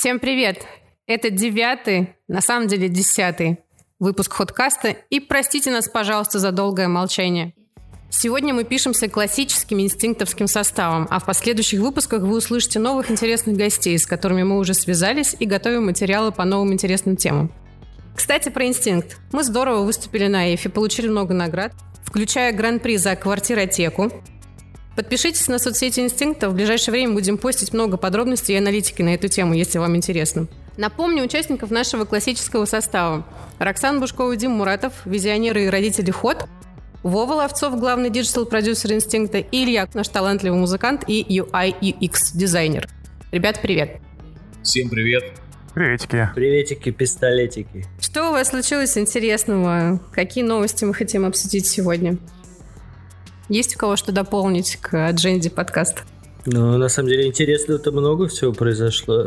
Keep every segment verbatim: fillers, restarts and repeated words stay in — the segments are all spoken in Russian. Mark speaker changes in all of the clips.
Speaker 1: Всем привет! Это девятый, на самом деле десятый выпуск Ходкаста, и простите нас, пожалуйста, за долгое молчание. Сегодня мы пишемся классическим инстинктовским составом, а в последующих выпусках вы услышите новых интересных гостей, с которыми мы уже связались и готовим материалы по новым интересным темам. Кстати, про инстинкт. Мы здорово выступили на ЭФИ, получили много наград, включая гран-при за квартиротеку. Подпишитесь на соцсети Инстинкта, в ближайшее время будем постить много подробностей и аналитики на эту тему, если вам интересно. Напомню участников нашего классического состава. Роксан Бушкова и Дим Муратов, визионеры и родители Ход, Вова Ловцов, главный диджитал-продюсер Инстинкта, и Илья, наш талантливый музыкант и ю ай ю экс-дизайнер. Ребят, привет!
Speaker 2: Всем привет!
Speaker 3: Приветики!
Speaker 4: Приветики, пистолетики!
Speaker 1: Что у вас случилось интересного? Какие новости мы хотим обсудить сегодня? Есть у кого что дополнить к адженде подкаста?
Speaker 4: Ну, на самом деле, интересного-то много всего произошло.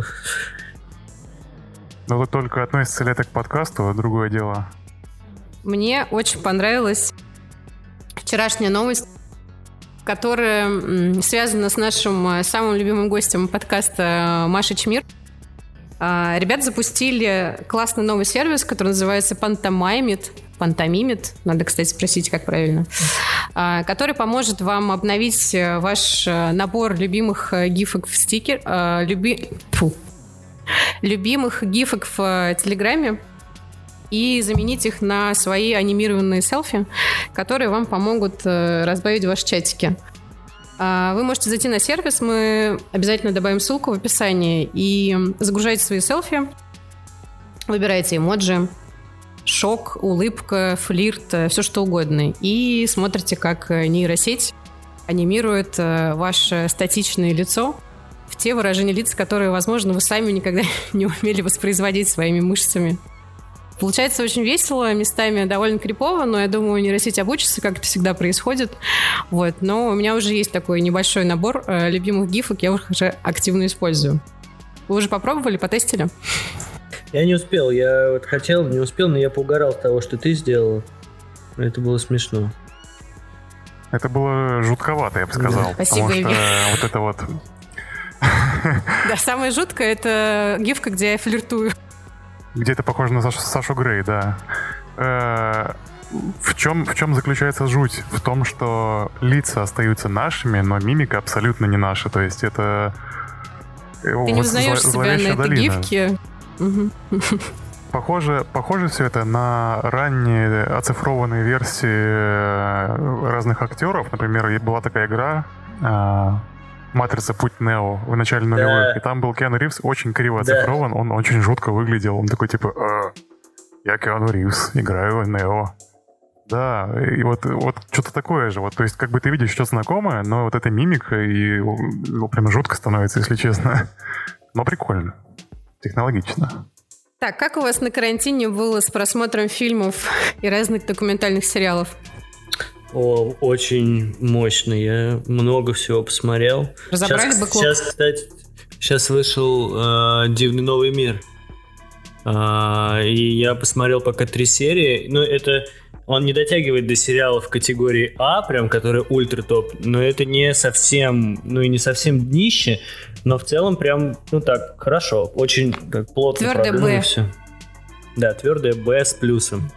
Speaker 3: Но вот только относится ли это к подкасту, другое дело.
Speaker 1: Мне очень понравилась вчерашняя новость, которая связана с нашим самым любимым гостем подкаста Машей Чмир. Ребята запустили классный новый сервис, который называется Pantomimit. Pantomimit, надо, кстати, спросить, как правильно, который поможет вам обновить ваш набор любимых гифок в стикер, люби... Фу. любимых гифок в Телеграме и заменить их на свои анимированные селфи, которые вам помогут разбавить ваши чатики. Вы можете зайти на сервис, мы обязательно добавим ссылку в описании, и загружайте свои селфи, выбирайте эмоджи, шок, улыбка, флирт, все что угодно. И смотрите, как нейросеть анимирует ваше статичное лицо в те выражения лиц, которые, возможно, вы сами никогда не умели воспроизводить своими мышцами. Получается очень весело, местами довольно крипово, но я думаю, нейросеть обучится, как это всегда происходит. Вот. Но у меня уже есть такой небольшой набор э, любимых гифок, я их уже активно использую. Вы уже попробовали, потестили?
Speaker 4: Я не успел, я вот хотел, не успел, но я поугарал с того, что ты сделал. Это было смешно.
Speaker 3: Это было жутковато, я бы сказал.
Speaker 1: Да. Спасибо,
Speaker 3: потому что вот это вот...
Speaker 1: Да, самое жуткое — это гифка, где я флиртую.
Speaker 3: Где-то похоже на Сашу, Сашу Грей, да. В чем, в чем заключается жуть? В том, что лица остаются нашими, но мимика абсолютно не наша. То есть это...
Speaker 1: Ты не узнаешь себя на этой долина. Гифке. Угу.
Speaker 3: Похоже, похоже все это на ранние оцифрованные версии разных актеров. Например, была такая игра «Матрица. Путь Нео» в начале нулевых. Да. И там был Киану Ривз, очень криво оцифрован. Да. Он очень жутко выглядел. Он такой типа «А, я Киану Ривз, играю Нео». Да, и вот, вот что-то такое же. Вот, то есть как бы ты видишь что-то знакомое, но вот эта мимика, и ну, прям жутко становится, если честно. Но прикольно. Технологично.
Speaker 1: Так, как у вас на карантине было с просмотром фильмов и разных документальных сериалов?
Speaker 4: О, очень мощно. Я много всего посмотрел.
Speaker 1: Разобрали
Speaker 4: сейчас,
Speaker 1: бэклог?
Speaker 4: Сейчас, кстати, сейчас вышел э, «Дивный новый мир». Э, и я посмотрел пока три серии. Ну, это... Он не дотягивает до сериалов категории А, прям, которые ультра топ, но это не совсем, ну и не совсем днище, но в целом прям, ну так, хорошо, очень так плотно продумано все. Да, твердое Б с плюсом.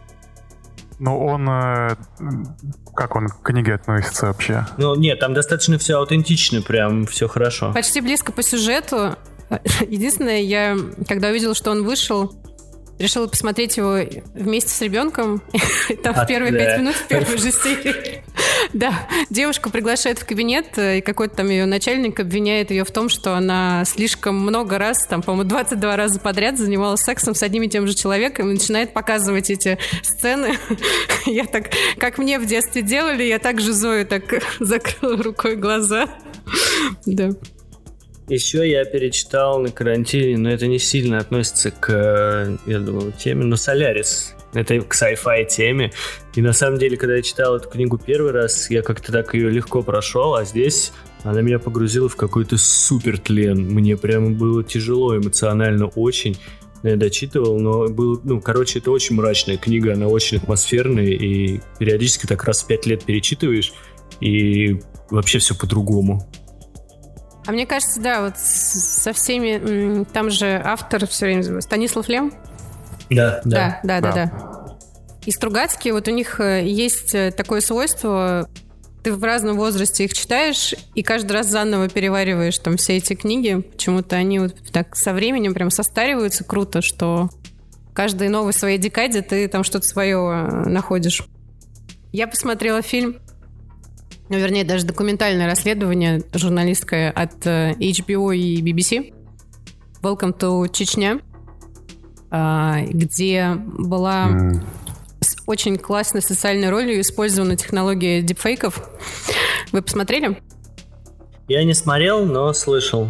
Speaker 3: Ну он, э, как он к книге относится вообще?
Speaker 4: Ну нет, там достаточно все аутентично, прям все хорошо.
Speaker 1: Почти близко по сюжету. Единственное, я, когда увидела, что он вышел, решила посмотреть его вместе с ребенком. Там в первые пять минут, в первой же серии. Да, девушку приглашают в кабинет, и какой-то там ее начальник обвиняет ее в том, что она слишком много раз, там, по-моему, двадцать два раза подряд занималась сексом с одним и тем же человеком и начинает показывать эти сцены. Я так, как мне в детстве делали, я так же Зою так закрыла рукой глаза. Да.
Speaker 4: Еще я перечитал на карантине, но это не сильно относится к, я думаю, теме, но «Солярис». Это к sci-fi теме. И на самом деле, когда я читал эту книгу первый раз, я как-то так ее легко прошел, а здесь она меня погрузила в какой-то супер тлен. Мне прямо было тяжело эмоционально очень. Я дочитывал, но было, ну, короче, это очень мрачная книга, она очень атмосферная, и периодически так раз в пять лет перечитываешь, и вообще все по-другому.
Speaker 1: А мне кажется, да, вот со всеми... Там же автор все время... Станислав Лем?
Speaker 4: Да,
Speaker 1: да. Да, да, да,
Speaker 3: да.
Speaker 1: да. И Стругацкие, вот у них есть такое свойство... Ты в разном возрасте их читаешь, и каждый раз заново перевариваешь там все эти книги. Почему-то они вот так со временем прям состариваются круто, что в каждой новой своей декаде ты там что-то свое находишь. Я посмотрела фильм, ну, вернее, даже документальное расследование журналистское от эйч би о и би би си «Welcome to Чечня», где была... Mm. очень классной социальной ролью использована технология дипфейков. Вы посмотрели?
Speaker 4: Я не смотрел, но слышал.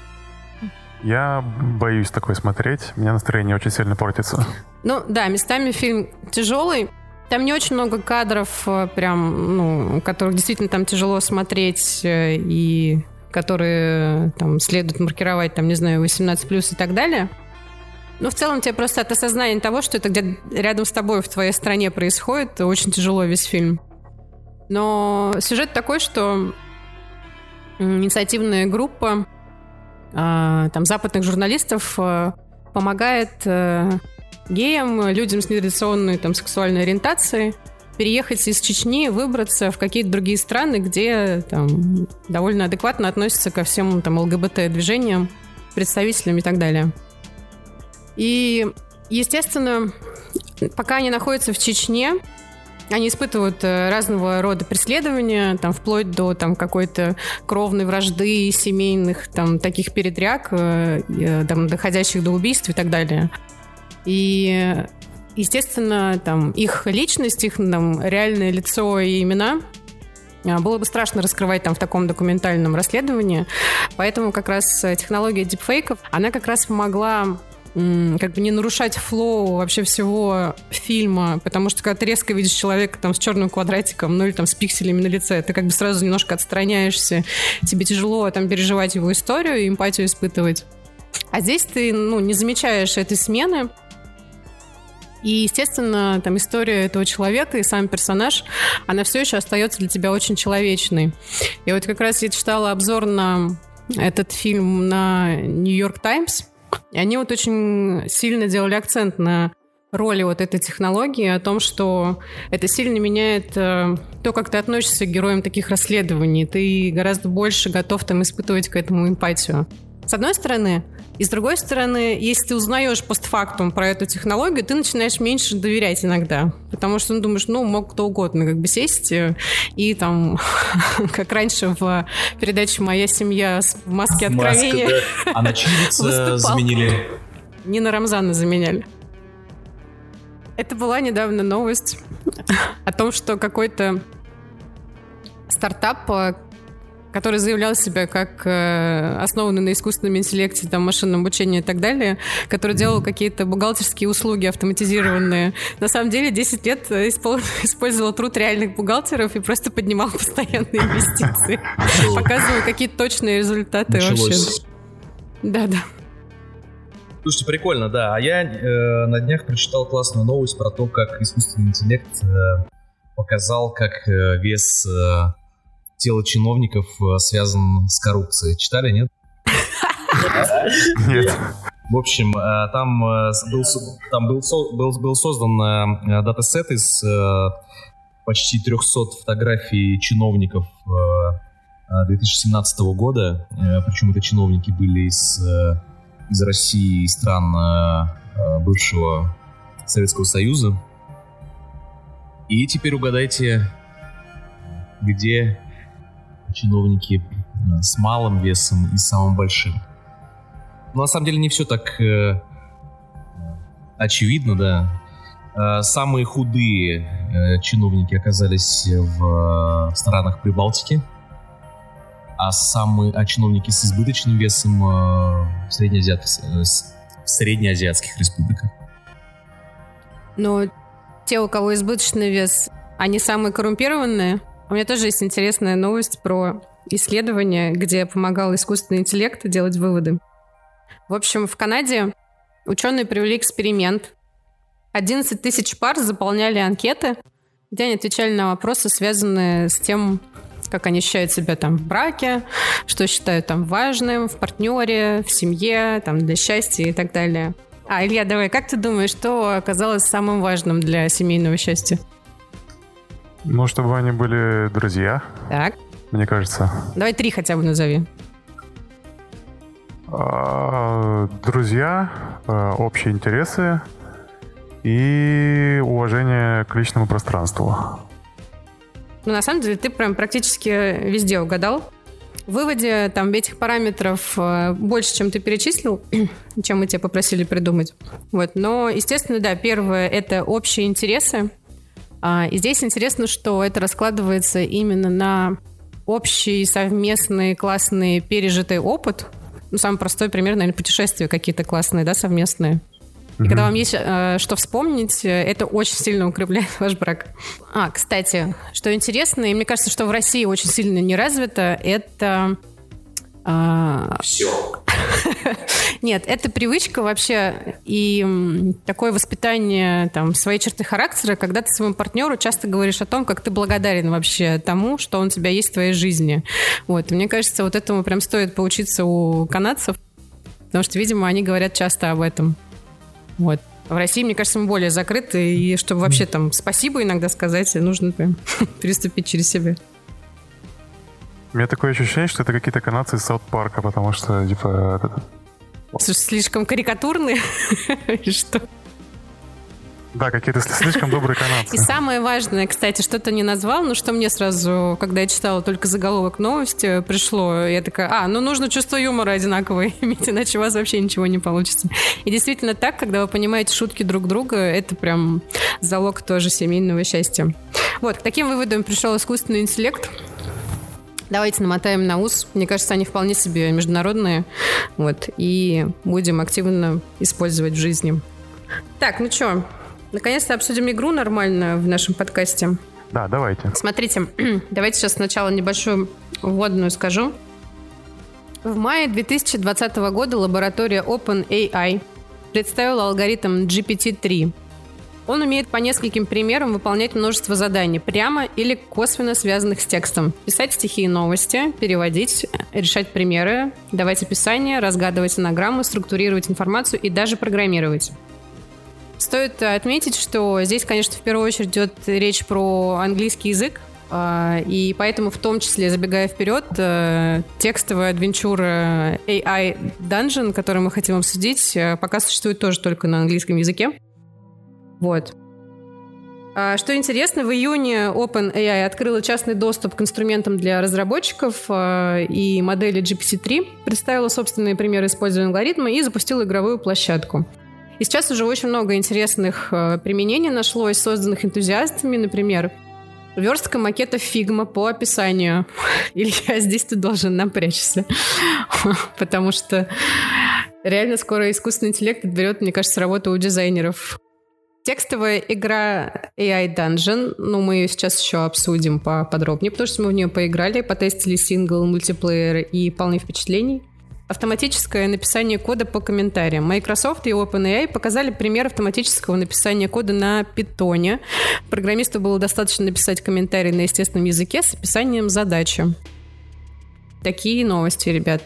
Speaker 3: Я боюсь такое смотреть. У меня настроение очень сильно портится.
Speaker 1: Ну да, местами фильм тяжелый. Там не очень много кадров, прям, ну, которых действительно там тяжело смотреть и которые там следует маркировать, там, не знаю, восемнадцать плюс и так далее. Ну, в целом, тебе просто от осознания того, что это где-то рядом с тобой в твоей стране происходит, очень тяжело весь фильм. Но сюжет такой, что инициативная группа э, там, западных журналистов э, помогает э, геям, людям с нетрадиционной там, сексуальной ориентацией переехать из Чечни, выбраться в какие-то другие страны, где там, довольно адекватно относятся ко всем там, эл гэ бэ тэ-движениям, представителям и так далее. И, естественно, пока они находятся в Чечне, они испытывают разного рода преследования, там, вплоть до там, какой-то кровной вражды, семейных там, таких передряг, там, доходящих до убийств и так далее. И, естественно, там, их личность, их там, реальное лицо и имена было бы страшно раскрывать там, в таком документальном расследовании. Поэтому как раз технология дипфейков, она как раз помогла как бы не нарушать флоу вообще всего фильма, потому что когда ты резко видишь человека там с черным квадратиком, ну или там с пикселями на лице, ты как бы сразу немножко отстраняешься, тебе тяжело там переживать его историю, эмпатию испытывать. А здесь ты, ну, не замечаешь этой смены, и, естественно, там история этого человека и сам персонаж, она все еще остается для тебя очень человечной. И вот как раз я читала обзор на этот фильм на Нью-Йорк Таймс, и они вот очень сильно делали акцент на роли вот этой технологии, о том, что это сильно меняет э, то, как ты относишься к героям таких расследований. Ты гораздо больше готов там испытывать к этому эмпатию. С одной стороны. И с другой стороны, если ты узнаешь постфактум про эту технологию, ты начинаешь меньше доверять иногда. Потому что, ну, думаешь, ну, мог кто угодно как бы сесть и там, как раньше в передаче «Моя семья» в «Маске откровения».
Speaker 2: Маска, да. А на чьи лица заменили?
Speaker 1: Нина Рамзана заменяли. Это была недавно новость о том, что какой-то стартап, который заявлял себя как э, основанный на искусственном интеллекте, там, машинном обучении и так далее, который делал какие-то бухгалтерские услуги автоматизированные. На самом деле десять лет использовал труд реальных бухгалтеров и просто поднимал постоянные инвестиции. Показывал какие-то точные результаты вообще. Да-да.
Speaker 2: Слушайте, прикольно, да. А я э, на днях прочитал классную новость про то, как искусственный интеллект э, показал, как э, вес... Э, тело чиновников связан с коррупцией. Читали, нет?
Speaker 3: Нет.
Speaker 2: В общем, там был, там был, был, был создан датасет из почти трехсот фотографий чиновников две тысячи семнадцатого года. Причем это чиновники были из, из России и стран бывшего Советского Союза. И теперь угадайте, где чиновники с малым весом и самым большим. Но на самом деле не все так э, очевидно, да. Э, самые худые э, чиновники оказались в э, странах Прибалтики, а самые а чиновники с избыточным весом э, в, среднеазиат, э, в среднеазиатских республиках.
Speaker 1: Но те, у кого избыточный вес, они самые коррумпированные? У меня тоже есть интересная новость про исследование, где помогал искусственный интеллект делать выводы. В общем, в Канаде ученые провели эксперимент. одиннадцать тысяч пар заполняли анкеты, где они отвечали на вопросы, связанные с тем, как они ощущают себя там в браке, что считают там важным в партнере, в семье, там для счастья и так далее. А, Илья, давай, как ты думаешь, что оказалось самым важным для семейного счастья?
Speaker 3: Ну, чтобы они были друзья.
Speaker 1: Так.
Speaker 3: Мне кажется.
Speaker 1: Давай три хотя бы назови.
Speaker 3: А, друзья, общие интересы и уважение к личному пространству.
Speaker 1: Ну, на самом деле, ты прям практически везде угадал. В выводе там этих параметров больше, чем ты перечислил, чем мы тебя попросили придумать. Вот. Но, естественно, да, первое — это общие интересы. И здесь интересно, что это раскладывается именно на общий, совместный, классный, пережитый опыт. Ну, самый простой пример, наверное, путешествия какие-то классные, да, совместные. И mm-hmm. когда вам есть э, что вспомнить, это очень сильно укрепляет ваш брак. А, кстати, что интересно, и мне кажется, что в России очень сильно не развито, это... Э...
Speaker 2: Все.
Speaker 1: Нет, это привычка вообще и такое воспитание там, своей черты характера, когда ты своему партнеру часто говоришь о том, как ты благодарен вообще тому, что он у тебя есть в твоей жизни. Вот. И мне кажется, вот этому прям стоит поучиться у канадцев, потому что, видимо, они говорят часто об этом. Вот. В России, мне кажется, мы более закрыты, и чтобы вообще там спасибо иногда сказать, нужно прям переступить через себя.
Speaker 3: У меня такое ощущение, что это какие-то канадцы из Саут-парка, потому что, типа...
Speaker 1: Слушай, слишком карикатурные? Или что?
Speaker 3: Да, какие-то слишком добрые канадцы.
Speaker 1: И самое важное, кстати, что ты не назвал, но что мне сразу, когда я читала только заголовок новости, пришло, я такая, а, ну нужно чувство юмора одинаковое иметь, иначе у вас вообще ничего не получится. И действительно так, когда вы понимаете шутки друг друга, это прям залог тоже семейного счастья. Вот, к таким выводам пришел искусственный интеллект. Давайте намотаем на ус. Мне кажется, они вполне себе международные. Вот, и будем активно использовать в жизни. Так, ну что, наконец-то обсудим игру нормально в нашем подкасте.
Speaker 3: Да, давайте.
Speaker 1: Смотрите, давайте сейчас сначала небольшую вводную скажу. В мае две тысячи двадцатого года лаборатория OpenAI представила алгоритм джи пи ти три. Он умеет по нескольким примерам выполнять множество заданий, прямо или косвенно связанных с текстом. Писать стихи и новости, переводить, решать примеры, давать описания, разгадывать анаграммы, структурировать информацию и даже программировать. Стоит отметить, что здесь, конечно, в первую очередь идет речь про английский язык, и поэтому, в том числе, забегая вперед, текстовая адвенчура эй ай Dungeon, которую мы хотим обсудить, пока существует тоже только на английском языке. Вот. Что интересно, в июне OpenAI открыла частный доступ к инструментам для разработчиков и модели джи пи ти три, представила собственные примеры использования алгоритма и запустила игровую площадку. И сейчас уже очень много интересных применений нашлось, созданных энтузиастами, например, верстка макетов Figma по описанию. Илья, здесь ты должен напрячься, потому что реально скоро искусственный интеллект отберет, мне кажется, работу у дизайнеров. Текстовая игра эй ай Dungeon, ну, мы ее сейчас еще обсудим поподробнее, потому что мы в нее поиграли, потестили сингл, мультиплеер и полны впечатлений. Автоматическое написание кода по комментариям. Microsoft и OpenAI показали пример автоматического написания кода на питоне. Программисту было достаточно написать комментарий на естественном языке с описанием задачи. Такие новости, ребят.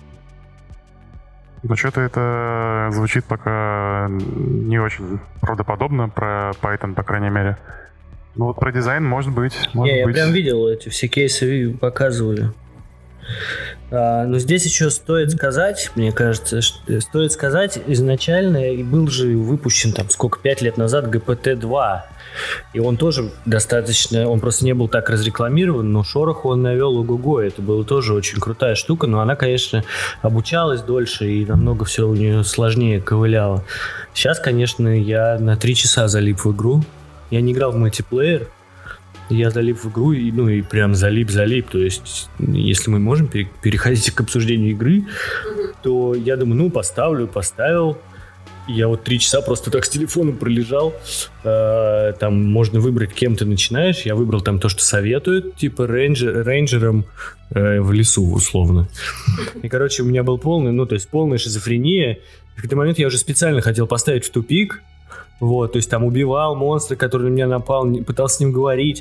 Speaker 3: Ну, что-то это звучит пока не очень правдоподобно про Python, по крайней мере. Ну, вот про дизайн, может быть. Может
Speaker 4: не,
Speaker 3: быть.
Speaker 4: Я прям видел эти все кейсы, показывали. А, но здесь еще стоит сказать, мне кажется, что, стоит сказать, изначально был же выпущен там сколько, пять лет назад джи пи ти два. И он тоже достаточно, он просто не был так разрекламирован, но шороху он навел ого-го. Это была тоже очень крутая штука, но она, конечно, обучалась дольше и намного все у нее сложнее ковыляло. Сейчас, конечно, я на три часа залип в игру. Я не играл в мультиплеер. Я залип в игру, и, ну и прям залип-залип. То есть, если мы можем пере- переходить к обсуждению игры, то я думаю, ну, поставлю, поставил. Я вот три часа просто так с телефоном пролежал. Э, там можно выбрать, кем ты начинаешь. Я выбрал там то, что советуют, типа рейнджер, рейнджером э, в лесу, условно. И, короче, у меня был полный, ну, то есть полная шизофрения. В какой-то момент я уже специально хотел поставить в тупик. Вот, то есть там убивал монстра, который на меня напал, пытался с ним говорить.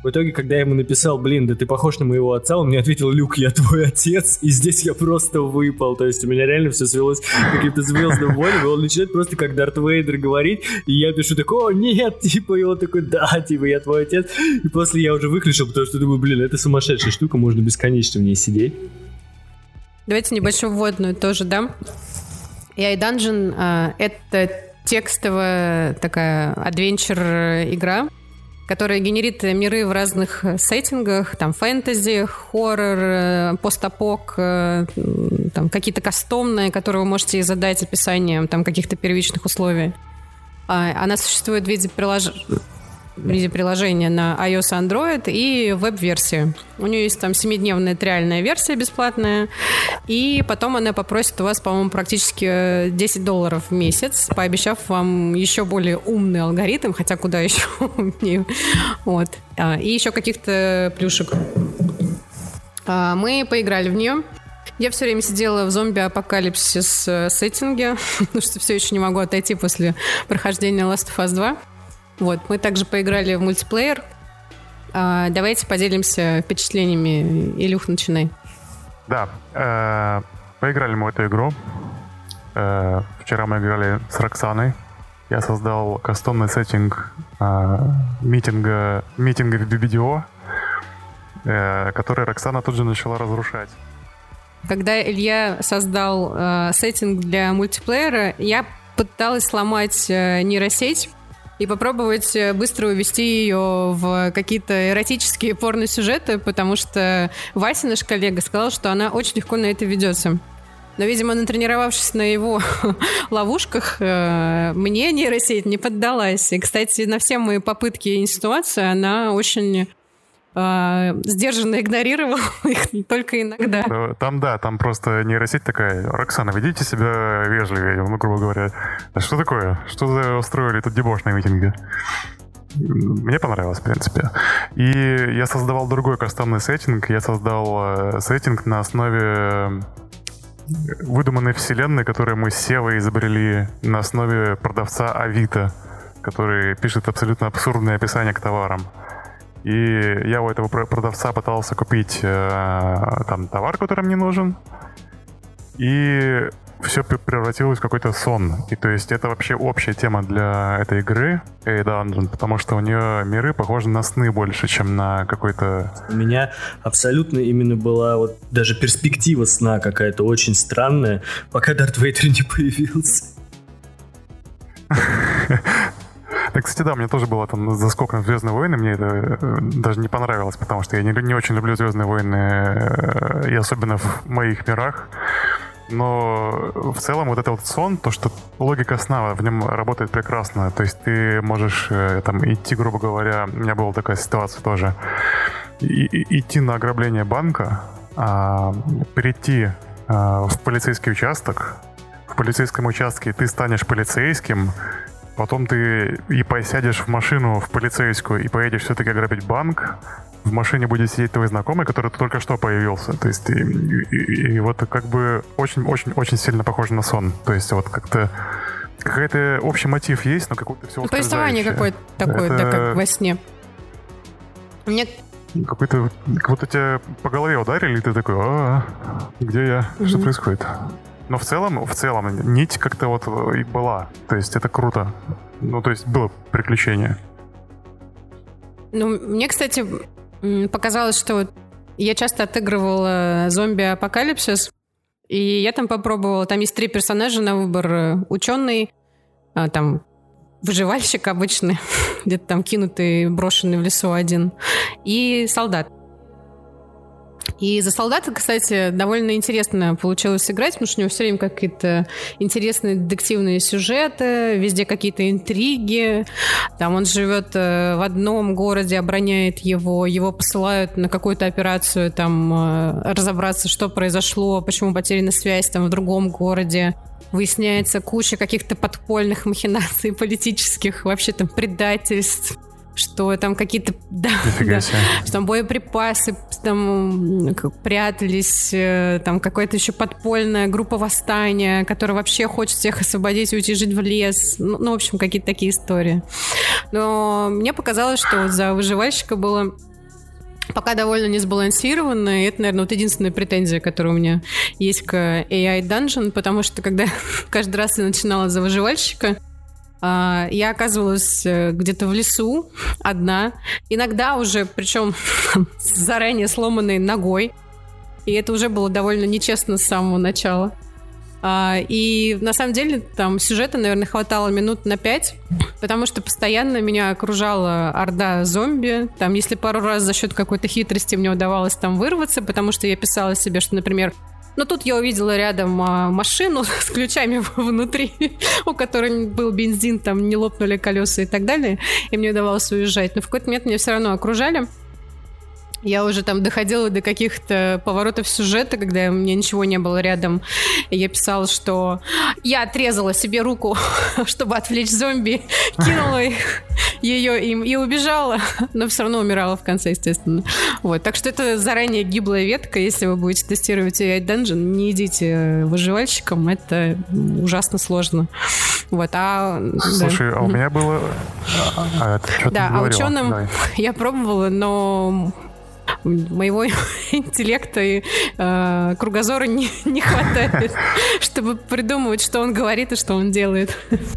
Speaker 4: В итоге, когда я ему написал, блин, да ты похож на моего отца, он мне ответил, Люк, я твой отец, и здесь я просто выпал. То есть у меня реально все свелось к каким-то звездным войнам, и он начинает просто как Дарт Вейдер говорить, и я пишу такой, о, нет, типа, и он такой, да, типа, я твой отец. И после я уже выключил, потому что думаю, блин, это сумасшедшая штука, можно бесконечно в ней сидеть.
Speaker 1: Давайте небольшую вводную тоже дам. эй ай Dungeon э, — это текстовая такая адвенчер-игра, которая генерит миры в разных сеттингах, там фэнтези, хоррор, постапок, там какие-то кастомные, которые вы можете задать описанием там каких-то первичных условий. Она существует в виде приложения. в виде приложения на iOS и Android и веб-версии. У нее есть там семидневная триальная версия бесплатная, и потом она попросит у вас, по-моему, практически десять долларов в месяц, пообещав вам еще более умный алгоритм, хотя куда еще умнее. Вот. И еще каких-то плюшек. Мы поиграли в нее. Я все время сидела в зомби-апокалипсис сеттинге, потому что все еще не могу отойти после прохождения Last of Us два. Вот, мы также поиграли в мультиплеер. А, давайте поделимся впечатлениями. Илюх, начинай.
Speaker 3: Да, э, поиграли мы в эту игру. Э, вчера мы играли с Роксаной. Я создал кастомный сеттинг э, митинга, митинга в би би ди о, э, который Роксана тут же начала разрушать.
Speaker 1: Когда Илья создал э, сеттинг для мультиплеера, я пыталась сломать э, нейросеть и попробовать быстро увести ее в какие-то эротические порно-сюжеты, потому что Вася, наш коллега, сказал, что она очень легко на это ведется. Но, видимо, натренировавшись на его ловушках, мне нейросеть не поддалась. И, кстати, на все мои попытки и ситуации она очень э, сдержанно игнорировала их только иногда.
Speaker 3: Там, да, там просто нейросеть такая: Роксана, ведите себя вежливее, ну, грубо говоря. А что такое? Что за устроили тут дебош на митинге? Мне понравилось, в принципе. И я создавал другой кастомный сеттинг. Я создал сеттинг на основе выдуманной вселенной, которую мы с Севой изобрели на основе продавца Авито, который пишет абсолютно абсурдное описание к товарам. И я у этого продавца пытался купить э, там товар, который мне нужен, и все превратилось в какой-то сон. И то есть это вообще общая тема для этой игры эй ай Dungeon, потому что у нее миры похожи на сны больше, чем на какой-то...
Speaker 4: У меня абсолютно именно была вот даже перспектива сна какая-то очень странная, пока Дарт Вейдер не появился.
Speaker 3: Да, кстати, да, мне тоже было там заскок на «Звездные войны», мне это даже не понравилось, потому что я не, не очень люблю «Звездные войны», и особенно в моих мирах. Но в целом вот это вот сон, то, что логика сна в нем работает прекрасно. То есть ты можешь там идти, грубо говоря, у меня была такая ситуация тоже, и, и, идти на ограбление банка, а, перейти а, в полицейский участок, в полицейском участке ты станешь полицейским, потом ты и посядешь в машину в полицейскую и поедешь все-таки ограбить банк. В машине будет сидеть твой знакомый, который только что появился. То есть и, и, и вот как бы очень-очень-очень сильно похоже на сон. То есть вот как-то какой-то общий мотив есть, но какой-то все ускользающее.
Speaker 1: Повествование какое-то такое, это... да, как во сне. Мне...
Speaker 3: Какой-то... Как будто тебя по голове ударили, и ты такой: а, где я? Mm-hmm. Что происходит? Но в целом, в целом, нить как-то вот и была. То есть это круто. Ну, то есть было приключение.
Speaker 1: Ну, мне, кстати, показалось, что я часто отыгрывала зомби-апокалипсис, и я там попробовала. Там есть три персонажа на выбор. Ученый, там выживальщик обычный, где-то там кинутый, брошенный в лесу один, и солдат. И за солдата, кстати, довольно интересно получилось играть, потому что у него все время какие-то интересные детективные сюжеты, везде какие-то интриги. Там он живет в одном городе, обороняет его, его посылают на какую-то операцию, там разобраться, что произошло, почему потеряна связь там в другом городе. Выясняется куча каких-то подпольных махинаций политических, вообще там предательств. Что там какие-то... Да, да, что там боеприпасы там прятались, там какая-то еще подпольная группа восстания, которая вообще хочет всех освободить и уйти жить в лес. Ну, ну, в общем, какие-то такие истории. Но мне показалось, что вот за выживальщика было пока довольно не сбалансированно. И это, наверное, вот единственная претензия, которая у меня есть к эй ай Dungeon, потому что когда каждый раз я начинала за выживальщика, я оказывалась где-то в лесу одна, иногда уже, причем с заранее сломанной ногой, и это уже было довольно нечестно с самого начала. И на самом деле там сюжета, наверное, хватало минут на пять, потому что постоянно меня окружала орда зомби. Там, если пару раз за счет какой-то хитрости мне удавалось там вырваться, потому что я писала себе, что, например, ну, тут я увидела рядом а, машину с ключами внутри, у которой был бензин, там не лопнули колеса и так далее, и мне удавалось уезжать. Но в какой-то момент меня все равно окружали. Я уже там доходила до каких-то поворотов сюжета, когда у меня ничего не было рядом. И я писала, что я отрезала себе руку, чтобы отвлечь зомби, кинула ее им и убежала, но все равно умирала в конце, естественно. Вот. Так что это заранее гиблая ветка. Если вы будете тестировать эй ай Dungeon, не идите выживальщиком, это ужасно сложно. Вот. А,
Speaker 3: Слушай, да. а у меня было... А, а,
Speaker 1: да, а ученым я пробовала, но... моего интеллекта и э, кругозора не, не хватает, чтобы придумывать, что он говорит и что он делает.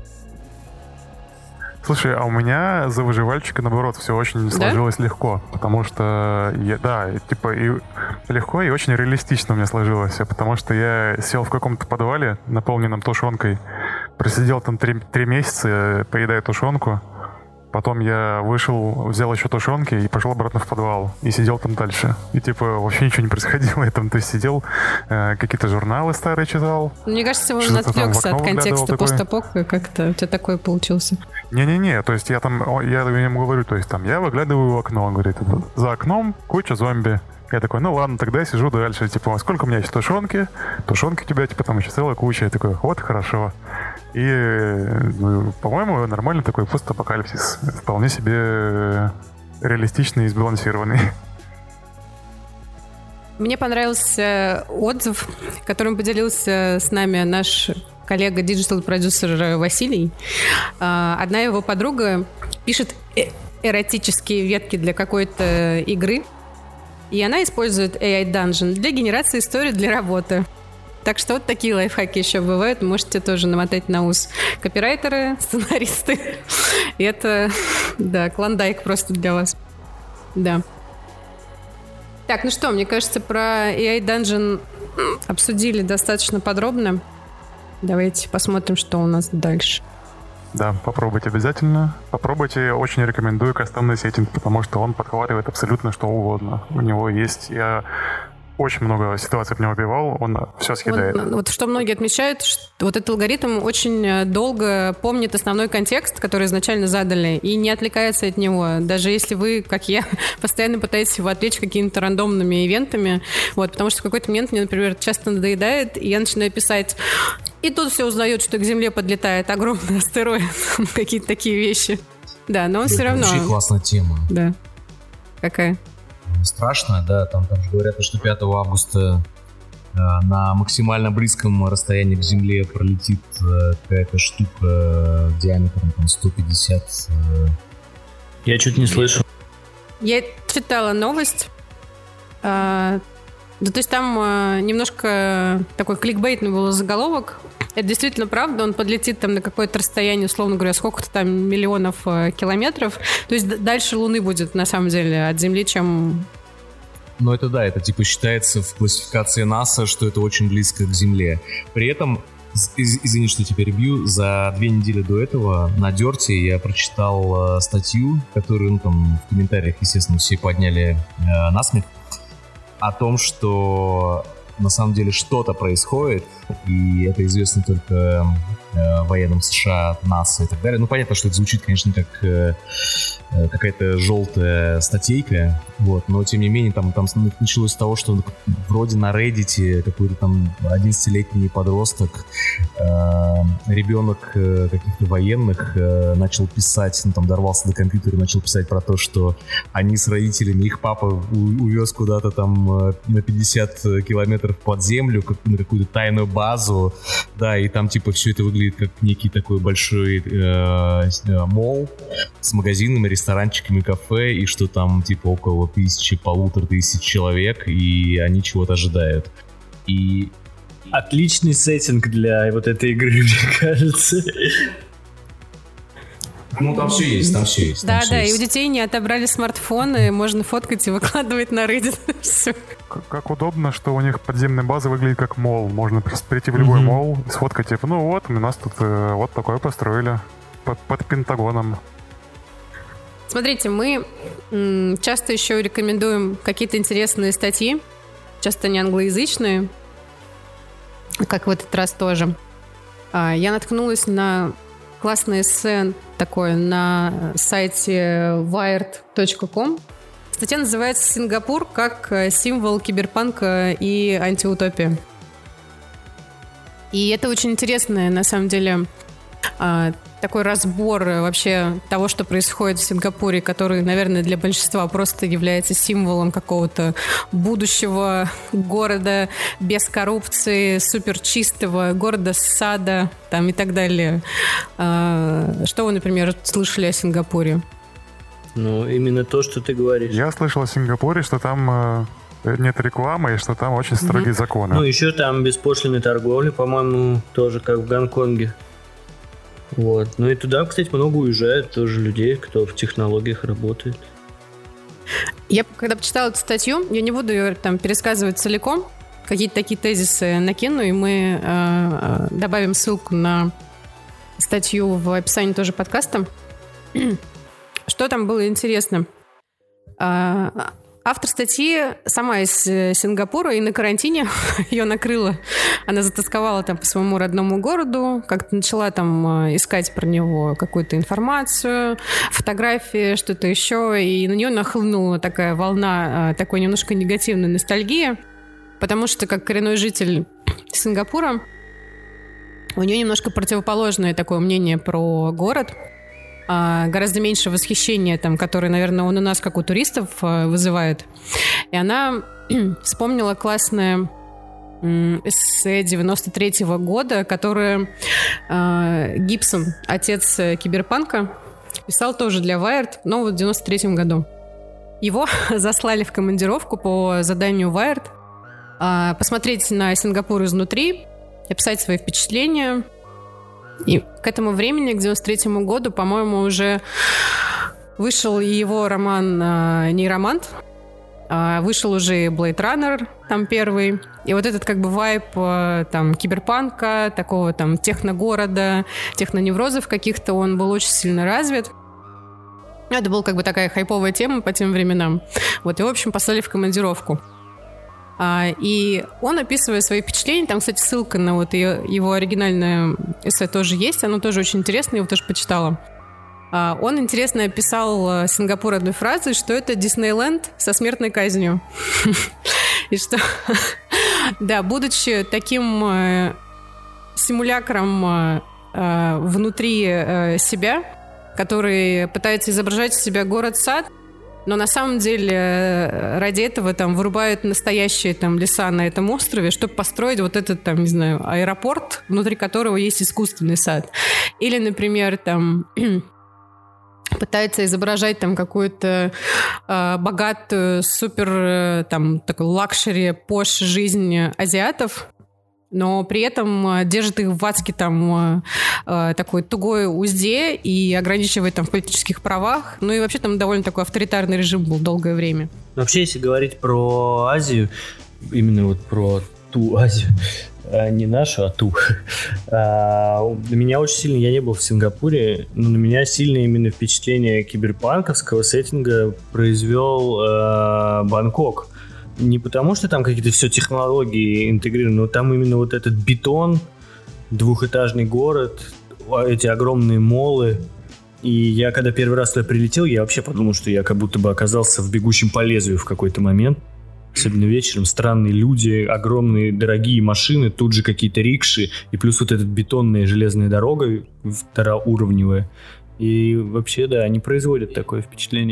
Speaker 3: Слушай, а у меня за выживальщика, наоборот, все очень сложилось да? легко, потому что, я, да, типа, и легко и очень реалистично у меня сложилось, потому что я сел в каком-то подвале, наполненном тушенкой, просидел там три, три месяца, поедая тушенку. Потом я вышел, взял еще тушенки и пошел обратно в подвал. И сидел там дальше. И типа вообще ничего не происходило. Я там то сидел, э, какие-то журналы старые читал.
Speaker 1: Мне кажется, он отвлекся от контекста постапока. Как-то у тебя такое получился.
Speaker 3: Не-не-не, то есть я там, я ему говорю, то есть там я выглядываю в окно. Он говорит, за окном куча зомби. Я такой, ну ладно, тогда я сижу дальше. Типа, сколько у меня есть тушенки? Тушенки у тебя, типа, там еще целая куча. Я такой, вот, хорошо. И, ну, по-моему, нормальный такой постапокалипсис. Вполне себе реалистичный и сбалансированный.
Speaker 1: Мне понравился отзыв, которым поделился с нами наш коллега, диджитал-продюсер Василий. Одна его подруга пишет эротические ветки для какой-то игры, и она использует эй ай Dungeon для генерации истории для работы. Так что вот такие лайфхаки еще бывают. Можете тоже намотать на ус копирайтеры, сценаристы. И это, да, клондайк просто для вас. Да. Так, ну что, мне кажется, про эй ай Dungeon обсудили достаточно подробно. Давайте посмотрим, что у нас дальше.
Speaker 3: Да, попробуйте обязательно. Попробуйте, очень рекомендую кастомный сеттинг, потому что он подхватывает абсолютно что угодно. У него есть... Я очень много ситуаций в него убивал, он все съедает.
Speaker 1: Вот, вот что многие отмечают, что вот этот алгоритм очень долго помнит основной контекст, который изначально задали, и не отвлекается от него. Даже если вы, как я, постоянно пытаетесь его отвлечь какими-то рандомными ивентами. Вот, потому что в какой-то момент мне, например, часто надоедает, и я начинаю писать... И тут все узнают, что к Земле подлетает огромный астероид. Какие-то такие вещи. Да, но он все равно...
Speaker 2: Вообще классная тема.
Speaker 1: Да. Какая?
Speaker 2: Страшно, да. Там, там же говорят, что пятого августа э, на максимально близком расстоянии к Земле пролетит э, какая-то штука э, диаметром там, сто пятьдесят. Э,
Speaker 4: Я чуть не слышу.
Speaker 1: Я читала новость. Э, да, то есть там э, немножко такой кликбейтный был заголовок. Это действительно правда, он подлетит там на какое-то расстояние, условно говоря, сколько-то там миллионов э, километров. То есть д- дальше Луны будет, на самом деле, от Земли, чем...
Speaker 2: Ну это да, это типа считается в классификации НАСА, что это очень близко к Земле. При этом, из- извини, что тебя перебью, за две недели до этого на Дёрте я прочитал э, статью, которую, ну там, в комментариях, естественно, все подняли э, насмех, о том, что... на самом деле что-то происходит, и это известно только э, военным США, НАСА и так далее. Ну, понятно, что это звучит, конечно, как э, какая-то желтая статейка, вот, но, тем не менее, там, там началось с того, что вроде на Reddit какой-то там одиннадцатилетний подросток, э, ребенок э, каких-то военных э, начал писать, ну, там, дорвался до компьютера и начал писать про то, что они с родителями, их папа у- увез куда-то там на пятьдесят километров под землю, как, на какую-то тайную базу, да, и там, типа, все это выглядит выглядит как некий такой большой э, молл с магазинами, ресторанчиками, кафе, и что там типа около тысячи, полутора тысяч человек, и они чего-то ожидают. И...
Speaker 4: Отличный сеттинг для вот этой игры, мне кажется.
Speaker 2: Ну, там все есть, там все есть.
Speaker 1: Да, да,
Speaker 2: есть.
Speaker 1: и у детей не отобрали смартфоны, можно фоткать и выкладывать на Reddit. Все.
Speaker 3: Как, как удобно, что у них подземная база выглядит как молл. Можно просто прийти в любой mm-hmm. молл, сфоткать, типа, ну вот, у нас тут э, вот такое построили под, под Пентагоном.
Speaker 1: Смотрите, мы м, часто еще рекомендуем какие-то интересные статьи, часто не англоязычные, как в этот раз тоже. А, я наткнулась на классное эссе такое на сайте вайрд точка ком. Статья называется «Сингапур как символ киберпанка и антиутопии». И это очень интересное, на самом деле, такой разбор вообще того, что происходит в Сингапуре, который, наверное, для большинства просто является символом какого-то будущего города без коррупции, суперчистого города сада там, и так далее. Что вы, например, слышали о Сингапуре?
Speaker 4: Ну, именно то, что ты говоришь.
Speaker 3: Я слышал о Сингапуре, что там э, нет рекламы и что там очень строгие mm-hmm. законы.
Speaker 4: Ну, еще там беспошлинная торговля, по-моему, тоже как в Гонконге. Вот. Ну и туда, кстати, много уезжает тоже людей, кто в технологиях работает.
Speaker 1: Я, когда почитала эту статью, я не буду ее там пересказывать целиком, какие-то такие тезисы накину, и мы э, добавим ссылку на статью в описании тоже подкаста. Что там было интересно? Э, автор статьи сама из Сингапура и на карантине ее накрыло. Она затасковала там по своему родному городу, как-то начала там искать про него какую-то информацию, фотографии, что-то еще, и на нее нахлынула такая волна такой немножко негативной ностальгии, потому что как коренной житель Сингапура у нее немножко противоположное такое мнение про город, гораздо меньше восхищения, там, которое, наверное, он у нас, как у туристов, вызывает. И она вспомнила классное эссе девяносто третьего года, которое э, Гибсон, отец киберпанка, писал тоже для Wired, но вот в девяносто третьем году. Его заслали в командировку по заданию Wired э, посмотреть на Сингапур изнутри, описать свои впечатления. И к этому времени, к девяносто третьему году, по-моему, уже вышел его роман э, «Нейромант», э, вышел уже Blade Runner, там первый. И вот этот как бы вайб э, там киберпанка, такого там техногорода, техноневрозов каких-то, он был очень сильно развит. Это была как бы такая хайповая тема по тем временам. Вот, и, в общем, послали в командировку. А, и он, описывая свои впечатления, там, кстати, ссылка на вот ее, его оригинальное эссе тоже есть, оно тоже очень интересно, я его тоже почитала. А, он интересно описал Сингапур одной фразой, что это Диснейленд со смертной казнью. И что, да, будучи таким симулякром внутри себя, который пытается изображать из себя город-сад, но на самом деле ради этого там вырубают настоящие там леса на этом острове, чтобы построить вот этот там, не знаю, аэропорт, внутри которого есть искусственный сад. Или, например, там пытается изображать там какую-то э, богатую, супер э, там такой лакшери, пош жизнь азиатов, но при этом держит их в адске там э, такой тугой узде и ограничивает там в политических правах. Ну и вообще там довольно такой авторитарный режим был долгое время.
Speaker 4: Вообще, если говорить про Азию, именно вот про ту Азию, а не нашу, а ту, а, на меня очень сильно, я не был в Сингапуре, но на меня сильно именно впечатление киберпанковского сеттинга произвел а, Бангкок. Не потому, что там какие-то все технологии интегрированы, но там именно вот этот бетон, двухэтажный город, эти огромные моллы. И я когда первый раз туда прилетел, я вообще подумал, что я как будто бы оказался в «Бегущем по лезвию» в какой-то момент. Особенно вечером. Странные люди, огромные дорогие машины, тут же какие-то рикши, и плюс вот эта бетонная железная дорога второуровневая. И вообще, да, они производят такое впечатление.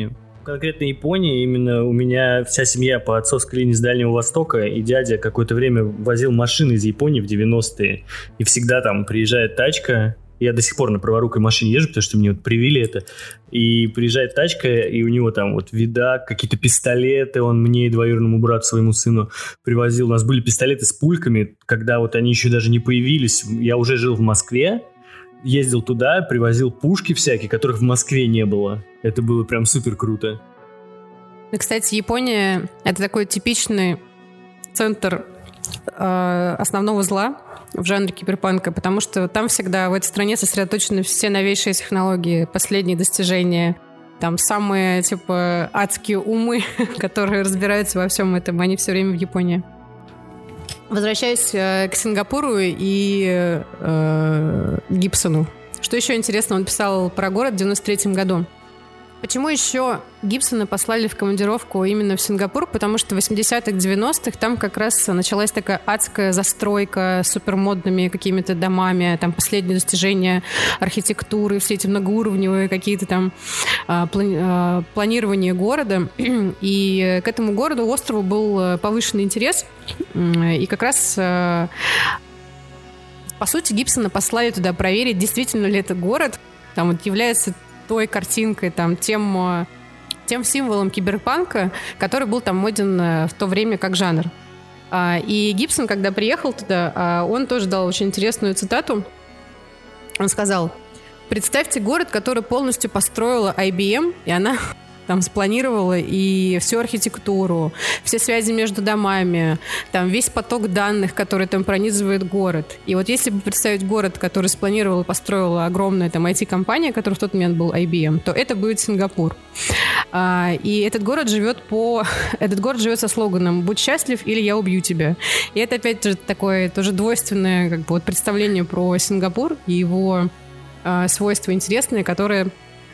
Speaker 4: конкретно Японии именно у меня вся семья по отцовской линии с Дальнего Востока, и дядя какое-то время возил машины из Японии в девяностые, и всегда там приезжает тачка. Я до сих пор на праворукой машине езжу, потому что мне вот привили это. И приезжает тачка, и у него там вот видак, какие-то пистолеты. Он мне и двоюродному брату, своему сыну, привозил. У нас были пистолеты с пульками, когда вот они еще даже не появились. Я уже жил в Москве, ездил туда, привозил пушки всякие, которых в Москве не было. Это было прям супер круто.
Speaker 1: И, кстати, Япония — это такой типичный центр э, основного зла в жанре киберпанка, потому что там всегда в этой стране сосредоточены все новейшие технологии, последние достижения, там самые, типа, адские умы, которые разбираются во всем этом, они все время в Японии. Возвращаясь э, к Сингапуру и э, Гибсону. Что еще интересно, он писал про город в девяносто третьем году. Почему еще Гибсона послали в командировку именно в Сингапур? Потому что в восьмидесятых, девяностых там как раз началась такая адская застройка с супермодными какими-то домами, там последние достижения архитектуры, все эти многоуровневые какие-то там а, плани- а, планирования города. И к этому городу, острову был повышенный интерес. И как раз... А, по сути, Гибсона послали туда проверить, действительно ли это город там вот является той картинкой, там, тем, тем символом киберпанка, который был там моден в то время как жанр. И Гибсон, когда приехал туда, он тоже дал очень интересную цитату. Он сказал: «Представьте город, который полностью построила ай би эм, и она там спланировала и всю архитектуру, все связи между домами, там весь поток данных, который там пронизывает город. И вот если бы представить город, который спланировала и построила огромная там ай ти-компания, которая в тот момент был ай би эм, то это будет Сингапур. А, и этот город живет по... Этот город живет со слоганом «Будь счастлив или я убью тебя». И это опять же такое тоже двойственное как бы, вот, представление про Сингапур и его а, свойства интересные, которые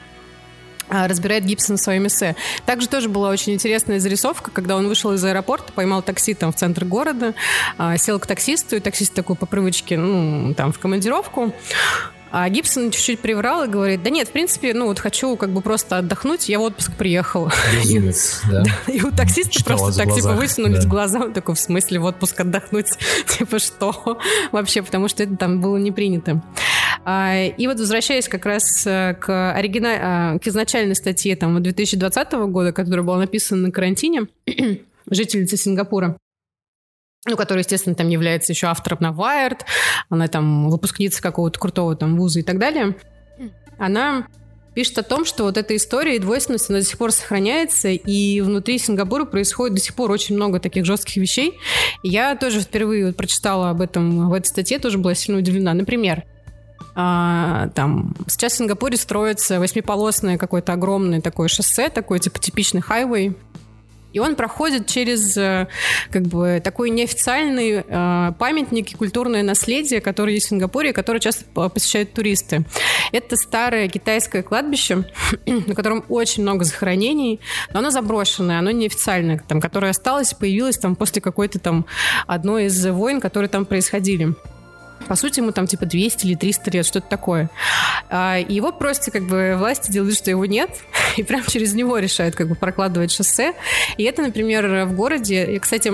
Speaker 1: разбирает Гибсон в своем эссе. Также тоже была очень интересная зарисовка, когда он вышел из аэропорта, поймал такси там в центр города, сел к таксисту, и таксист такой по привычке, ну, там, в командировку. А Гибсон чуть-чуть приврал и говорит: да нет, в принципе, ну, вот хочу как бы просто отдохнуть, я в отпуск приехал.
Speaker 2: Безумец, да.
Speaker 1: И у таксиста просто так, типа, высунулись глаза, он такой: в смысле в отпуск отдохнуть? Типа, что? Вообще, потому что это там было не принято. И вот возвращаясь как раз к, оригина... к изначальной статье там, две тысячи двадцатого года, которая была написана на карантине, жительница Сингапура, ну, которая, естественно, там является еще автором на Wired, она там выпускница какого-то крутого там вуза и так далее, она пишет о том, что вот эта история и двойственность, она до сих пор сохраняется, и внутри Сингапура происходит до сих пор очень много таких жестких вещей. И я тоже впервые вот прочитала об этом в этой статье, тоже была сильно удивлена. Например, А, там, сейчас в Сингапуре строится восьмиполосное какое-то огромное такое шоссе, такой типа типичный хайвей. И он проходит через как бы такой неофициальный э, памятник и культурное наследие, которое есть в Сингапуре, которое часто посещают туристы. Это старое китайское кладбище, на котором очень много захоронений, но оно заброшенное, оно неофициальное, там, которое осталось и появилось там, после какой-то там одной из войн, которые там происходили. По сути, ему там типа двести или триста лет, что-то такое. И его просто как бы власти делают, что его нет, и прям через него решают как бы прокладывать шоссе. И это, например, в городе... И, кстати,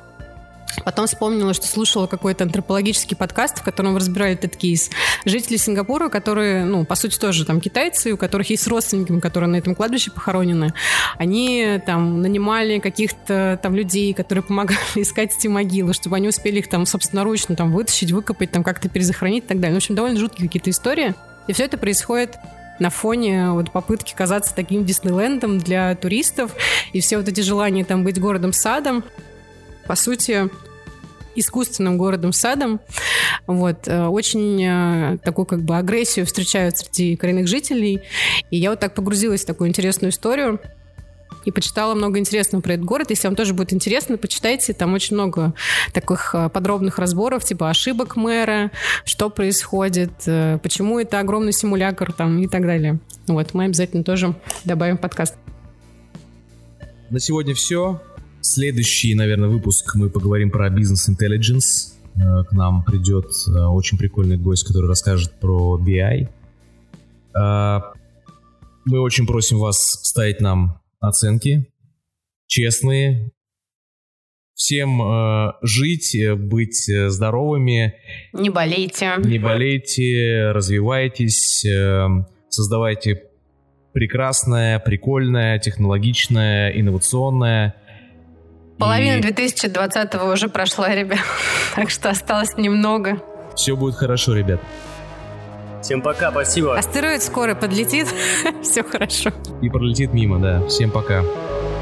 Speaker 1: потом вспомнила, что слушала какой-то антропологический подкаст, в котором разбирают этот кейс. Жители Сингапура, которые, ну, по сути, тоже там китайцы, у которых есть родственники, которые на этом кладбище похоронены, они там нанимали каких-то там людей, которые помогали искать эти могилы, чтобы они успели их там собственноручно там вытащить, выкопать, там как-то перезахоронить и так далее. В общем, довольно жуткие какие-то истории. И все это происходит на фоне вот попытки казаться таким Диснейлендом для туристов, и все вот эти желания там быть городом-садом, по сути, искусственным городом-садом. Вот. Очень такую как бы агрессию встречают среди коренных жителей. И я вот так погрузилась в такую интересную историю и почитала много интересного про этот город. Если вам тоже будет интересно, почитайте. Там очень много таких подробных разборов, типа ошибок мэра, что происходит, почему это огромный симулятор там, и так далее. Вот. Мы обязательно тоже добавим в подкаст.
Speaker 2: На сегодня все. Следующий, наверное, выпуск мы поговорим про бизнес-интеллигенс. К нам придет очень прикольный гость, который расскажет про би ай. Мы очень просим вас ставить нам оценки, честные. Всем э, жить, быть здоровыми.
Speaker 1: Не болейте.
Speaker 2: Не болейте, развивайтесь, э, создавайте прекрасное, прикольное, технологичное, инновационное.
Speaker 1: Половина
Speaker 2: И
Speaker 1: две тысячи двадцатого уже прошла, ребят. Так что осталось немного.
Speaker 2: все будет хорошо, ребят.
Speaker 4: Всем пока, спасибо.
Speaker 1: Астероид скоро подлетит. Все хорошо.
Speaker 2: И пролетит мимо, да. Всем пока.